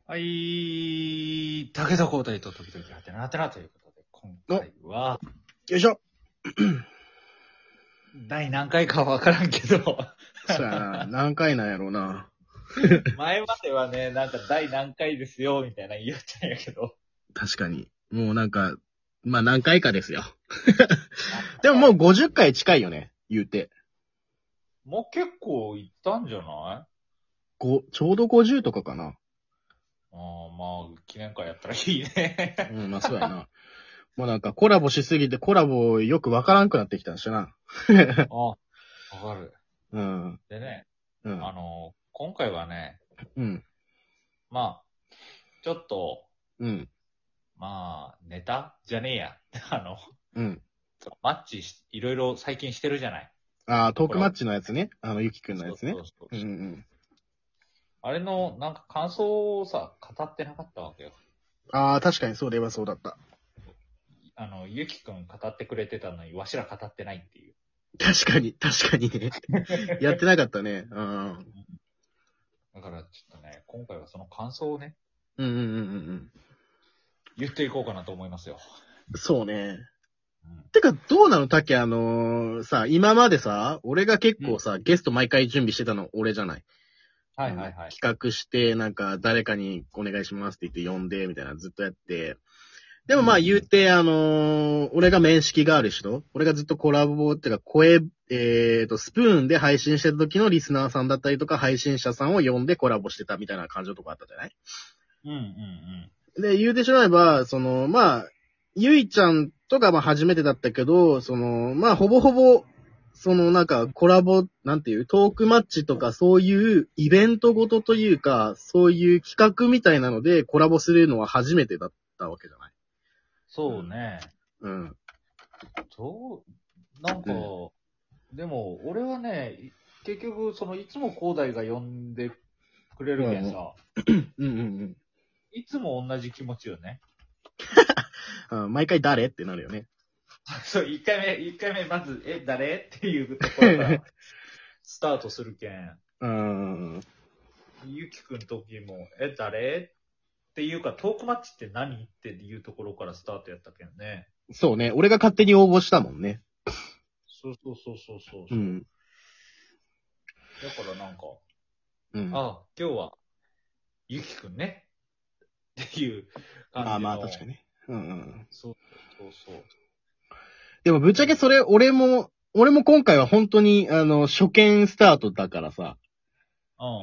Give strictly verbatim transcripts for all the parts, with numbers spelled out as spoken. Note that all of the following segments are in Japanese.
はい、武田交代と時々はてなはてなということで、今回は、 よいしょ。 第何回かわからんけど、 そうやな。何回なんやろうな。 前まではね、なんか第何回ですよ、みたいな言ったんやけど。 確かに。もうなんか、まあ何回かですよ。でももうごじゅっかい近いよね。言うて。 もう結構いったんじゃないご、ちょうどごじゅうとかかな。 ああ、まあ、記念会やったらいいね。 うん、まあそうやな。もうなんかコラボしすぎてコラボよくわからんくなってきたんしな。 あ、わかる。 うん。 でね、 うん。 あの、今回はね、 うん。 まあ、ちょっと、 うん。 まあ、ネタじゃねえや。あの、 うん。 マッチし、いろいろ最近してるじゃない。 ああ、トークマッコラボ。 チのやつね。あの、ゆきくんのやつね。 そうそううんうそう。 ん。 あれの、なんか感想をさ、語ってなかったわけよ。 ああ、確かにそうではそうだった。 あの、ゆきくん語ってくれてたのに、わしら語ってないっていう。 確かに、確かにね。やってなかったね。うん。 だから、ちょっとね、今回はその感想をね、 うんうんうんうんうん。 言っていこうかなと思いますよ。 そうね。 うん。 てか、どうなのタケ、あのーさ、今までさ、俺が結うん。 構さ、ゲスト毎回準備してたの俺じゃない。 はいはいはい。 企画して、なんか、誰かにお願いしますって言って呼んで、みたいなずっとやって。でもまあうん言うて、あのー俺が面識がある人、俺がずっとコラボっていうか、声、えーと、スプーンで配信してた時のリスナーさんだったりとか、配信者さんを呼んでコラボしてたみたいな感じのとこあったじゃない。 うんうんで、言うてしまえば、その、まあ、ゆいちゃんとかまあ初めてだったけど、その、まあほぼほぼ、そのなんかコラボ、なんていう、トークマッチとかそういうイベントごとというか、そういう企画みたいなのでコラボするのは初めてだったわけじゃない。 そうね。 うん。 そう、なんか、 うんでも、俺はね、い結局、その、いつも広大が呼んでくれるけんさ、 うんうんうんいつも同じ気持ちよね。 うん。毎回誰ってなるよね。 そう、一回目、一回目、まず、え、誰っていうところからスタートするけん。 うん。 ゆきくん時も、え、誰っていうか、トークマッチって何っていうところからスタートやったけんね。 そうね。俺が勝手に応募したもんね。 そうそうそうそうそう。 うん。 だからなんか、 うん。 あ、今日は、ゆきくんね。っていう感じの。 まあまあ確かにね。うんうん。 そうそうそう。 でもぶっちゃけそれ、俺も、俺も今回は本当に、あの、初見スタートだからさ。 うんうんうん。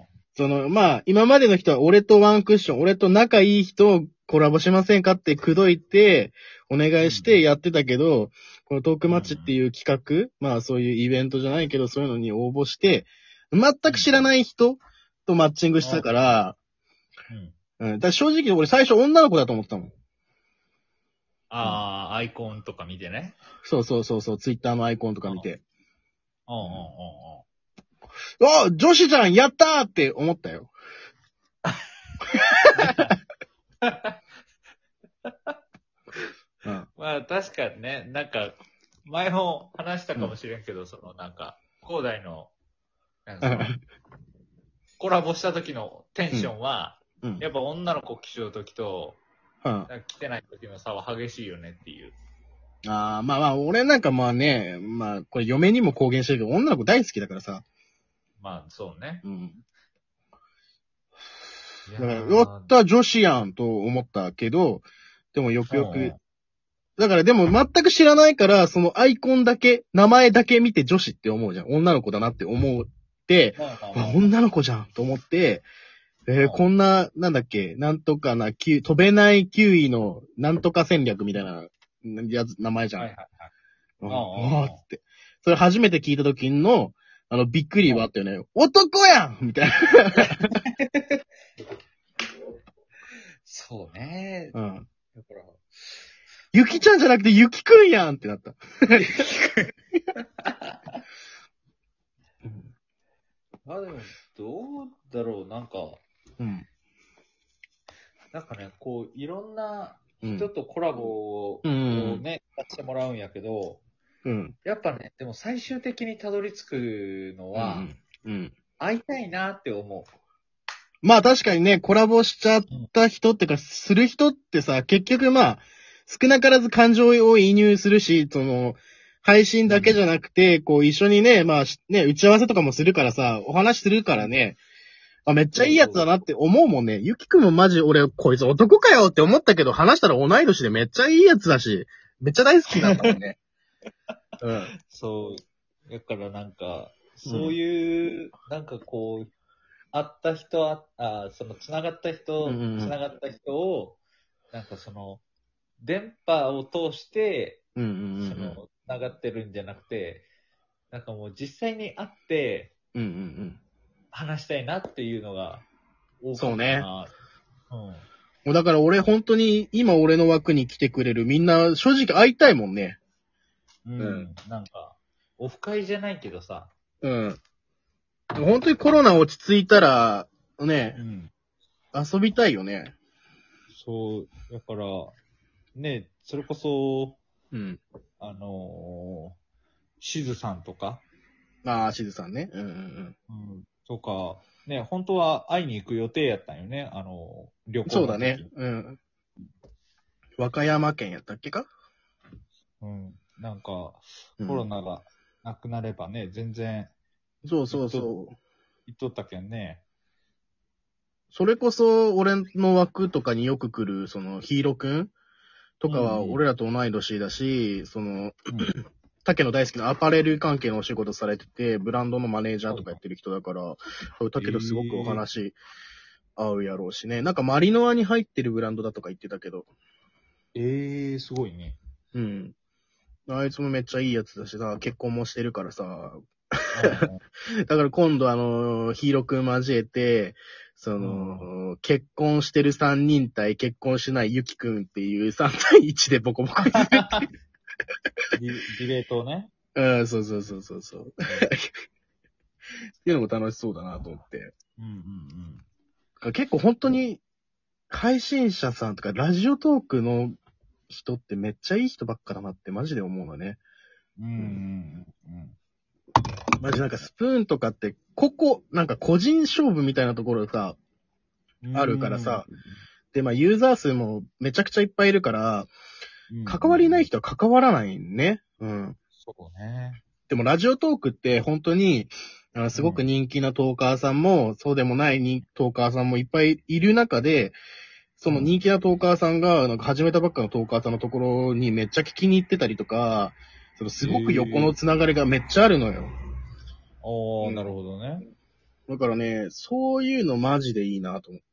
その、まあ、今までの人は俺とワンクッション、俺と仲いい人をコラボしませんかって口説いて、お願いしてやってたけど、このトークマッチっていう企画、まあそういうイベントじゃないけど、そういうのに応募して、全く知らない人とマッチングしたから、 うん。 うん。だから正直俺最初女の子だと思ってたもん。 ああ、アイコンとか見てね。 そうそうそうそう、ツイッターのアイコンとか見て。 うんうんうんあ、女子じゃんやったーって思ったよ。うん。 まあ確かにね、なんか、前も話したかもしれんけど、そのなんか、広大の、なんかその、コラボした時のテンションは、 うん。 やっぱ女の子来ちゃう時と、 うん。 なんか来てない時の差は激しいよねっていう。 ああ、まあまあ、俺なんかまあね、まあ、これ嫁にも公言してるけど、女の子大好きだからさ。 まあそうね。 うん。 いだから、 ーやった女子やんと思ったけど、でもよくよく、 うんうんだからでも全く知らないから、そのアイコンだけ、名前だけ見て女子って思うじゃん。女の子だなって思って、あ、女の子じゃんと思って、えー、こんな、なんだっけ、なんとかな、キュ飛べないキウイの、なんとか戦略みたいな、やつ、名前じゃん。 はいはいはい。 うんうんうんうんわーって。それ初めて聞いた時の、あの、びっくりはあったよね。男やんみたいな。 そうね。 うん。 だから、 ゆきちゃんじゃなくてゆきくんやんってなった。 あ、でも、どうだろう、なんか、 うん。 なんかね、こう、いろんなうん。 人とコラボを、 うんをね、させてもらうんやけど、 うん。 やっぱね、でも最終的にたどり着くのは、 うん。うん。 会いたいなって思う。 まあ確かにね、コラボしちゃった人ってか、する人ってさ、結局まあ、少なからず感情を移入するし、その、配信だけじゃなくて、こう一緒にね、まあね、打ち合わせとかもするからさ、お話するからね、あ、めっちゃいいやつだなって思うもんね。ゆきくんもマジ俺、こいつ男かよって思ったけど、話したら同い年でめっちゃいいやつだし、めっちゃ大好きなんだもんね。うん。 そう。だからなんか、そういう、なんかこう、会った人は、あ、その繋がった人、 うんうんうん繋がった人を、なんかその、電波を通して、 うんうんうん。 その、繋がってるんじゃなくて、なんかもう実際に会ってうんうんうん。 話したいなっていうのが多かったそうね。 な。うん。 もうだから俺本当に今俺の枠に来てくれるみんな正直会いたいもんね。 うん。 うん、 なんか、オフ会じゃないけどさ。 うん。本当にコロナ落ち着いたら、ね、 うん。 遊びたいよね。 そう、だから、ね、それこそ、 うん。 あのー、しずさんとか、 ああ、しずさんね。うんうんうん。 うん、とか、ね、本当は会いに行く予定やったんよね、あのー、旅行の時。 そうだね。うん。和歌山県やったっけか？ うん。なんか、 うん、 コロナがなくなればね、全然そうそう行っと、 そう。 行っとったけんね。 それこそ俺の枠とかによく来る、そのヒーローくんとかはうんうん。 俺らと同い年だし、その、 うん。 竹野大好きなアパレル関係のお仕事されてて、ブランドのマネージャーとかやってる人だから、竹とすごくお話合うやろうしね。なんかマリノアに入ってるブランドだとか言ってたけど。 えー、えー、すごいね。 うん。あいつもめっちゃいいやつだしさ、結婚もしてるからさ。だから今度あの、ヒーローくん交えて、その、結婚してるさんにん対結婚しないゆきくんっていうさん対いちでボコボコにするっていう。 ディディベートをね。 うん、そうそうそうそうそう。っていうのも楽しそうだなと思って。 うんうん結構本当に、配信者さんとかラジオトークの人ってめっちゃいい人ばっかだなってマジで思うのね。 うん。うんうんうんマジなんかスプーンとかって、個々、なんか個人勝負みたいなところさ、 うん。 あるからさ。で、まあユーザー数もめちゃくちゃいっぱいいるから、 うん、 関わりない人は関わらないね。うん。 そうね。 でもラジオトークって本当に、あのすごく人気なトーカーさんも、そうでもないにトーカーさんもいっぱいいる中で、その人気なトーカーさんが、なんか始めたばっかのトーカーさんのところにめっちゃ聞きに行ってたりとか、そのすごく横のつながりがめっちゃあるのよ。 ああ、 うんなるほどね。 だからね、そういうのマジでいいなと思って。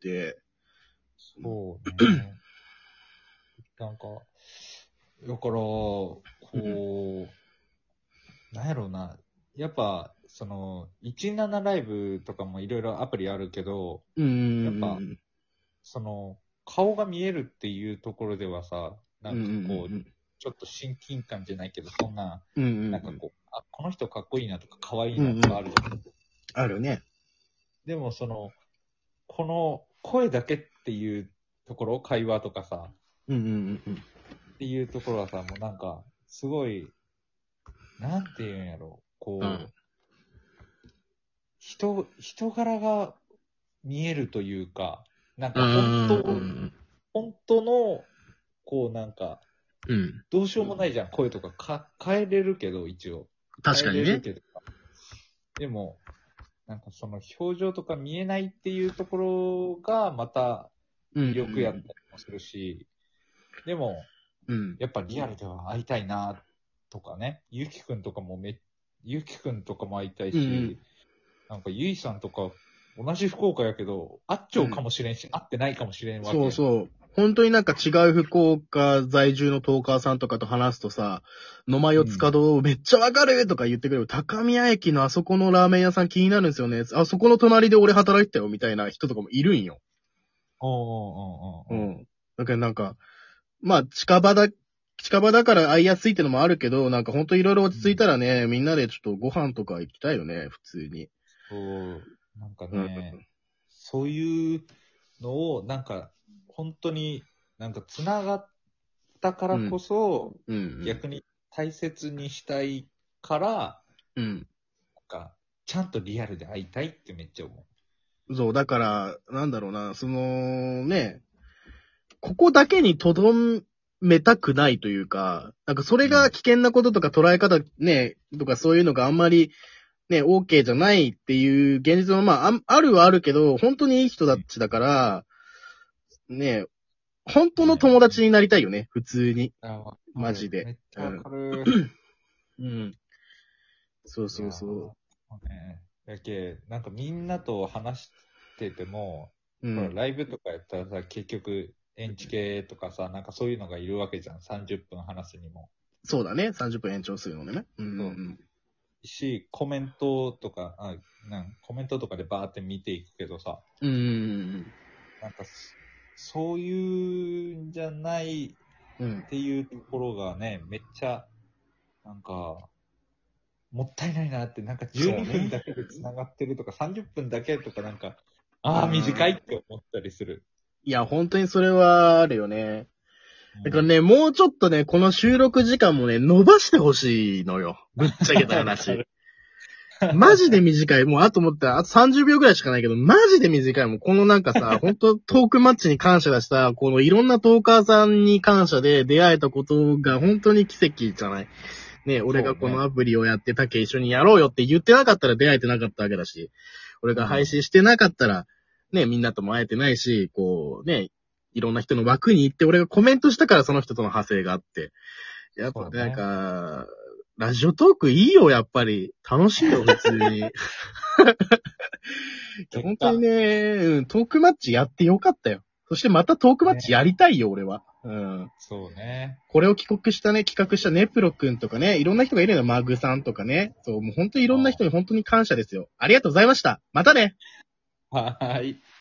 そうね。なんか、だから、こう、なんやろうな。やっぱ、その、じゅうななライブとかもいろいろアプリあるけど、 うん。 やっぱ、その、顔が見えるっていうところではさ、なんかこう、ちょっと親近感じゃないけど、そんな、 うんうんうん、 なんかこう、あ、この人かっこいいなとか、可愛いなとかあるじゃん。 あるね。 でもその、この声だけっていうところ、会話とかさ、 うんうんうんっていうところはさ、もうなんか、すごい、なんていうんやろ、こう、 うん。 人、人柄が見えるというか、なんか本うん。 当、 うん。 本当の、こうなんか、 うん。 どうしようもないじゃん、声とかか変えれるけど、一応。 確かにね。 変えれるけど。でも、なんかその表情とか見えないっていうところが、また魅力やったりもするし、でも、 うん。 やっぱリアルでは会いたいな、とかね。ゆきくんとかもめ、ゆきくんとかも会いたいし、 うんうん、 なんかゆいさんとか、同じ福岡やけど、会っちゃうかもしれんし、うん、会ってないかもしれんわけやん。 そうそう。本当になんか違う福岡在住のトーカーさんとかと話すとさ、野間四つ角めっちゃわかるとか言ってくれる。高宮駅のあそこのラーメン屋さん気になるんですよね。あそこの隣で俺働いてたよみたいな人とかもいるんよ。 おうおうおうおう。 うん。だけどなんか、まあ近場だ、近場だから会いやすいってのもあるけど、なんかほんといろいろ落ち着いたらね、みんなでちょっとご飯とか行きたいよね、普通に。 そう、なんかね、うん、そういうのを、なんか、本当になんか繋がったからこそ、 うんうんうん、 逆に大切にしたいから、 うん、 なんか、ちゃんとリアルで会いたいってめっちゃ思う。 そう、だから、なんだろうな、その、ね、ここだけに留めたくないというか、なんかそれが危険なこととか捉え方ね、とかそういうのがあんまりね、OK じゃないっていう現実はまあ、ああるはあるけど、本当にいい人たちだから、ね、本当の友達になりたいよね、普通に。マジで。 めっちゃわかる。 うん。そうそうそう。 ね、だけなんかみんなと話してても、 うん、 ほらライブとかやったらさ、結局、延期系とかさ、なんかそういうのがいるわけじゃん。さんじゅっぷん話すにも。 そうだね。さんじゅっぷん延長するのでね。うん、うん。 し、コメントとか、あなんコメントとかでバーって見ていくけどさ、 うん。 なんか、そういうんじゃないっていうところがね、めっちゃ、なんか、もったいないなって、なんかじゅうにふんだけで繋がってるとか、さんじゅっぷんだけとかなんか、ああ、短いって思ったりする。 いや、本当にそれはあるよね。だからね、もうちょっとね、この収録時間もね、伸ばしてほしいのよ。ぶっちゃけた話。マジで短い。もうあと思ったら、あとさんじゅうびょうぐらいしかないけど、マジで短い。もうこのなんかさ、ほんとトークマッチに感謝だしさ、このいろんなトーカーさんに感謝で出会えたことが本当に奇跡じゃない。ね、俺がこのアプリをやってたけ一緒にやろうよって言ってなかったら出会えてなかったわけだし、俺が配信してなかったら、ね、みんなとも会えてないし、こう、ね、いろんな人の枠に行って、俺がコメントしたからその人との派生があって。やっぱなんか、ね、ラジオトークいいよ、やっぱり。楽しいよ、普通に。本当にね、うん、トークマッチやってよかったよ。そしてまたトークマッチやりたいよ、ね、俺は。うん。 そうね。 これを帰国したね、企画したネプロくんとかね、いろんな人がいるのよ、マグさんとかね。そう、もう本当にいろんな人に本当に感謝ですよ。ありがとうございました。またね。 はーい。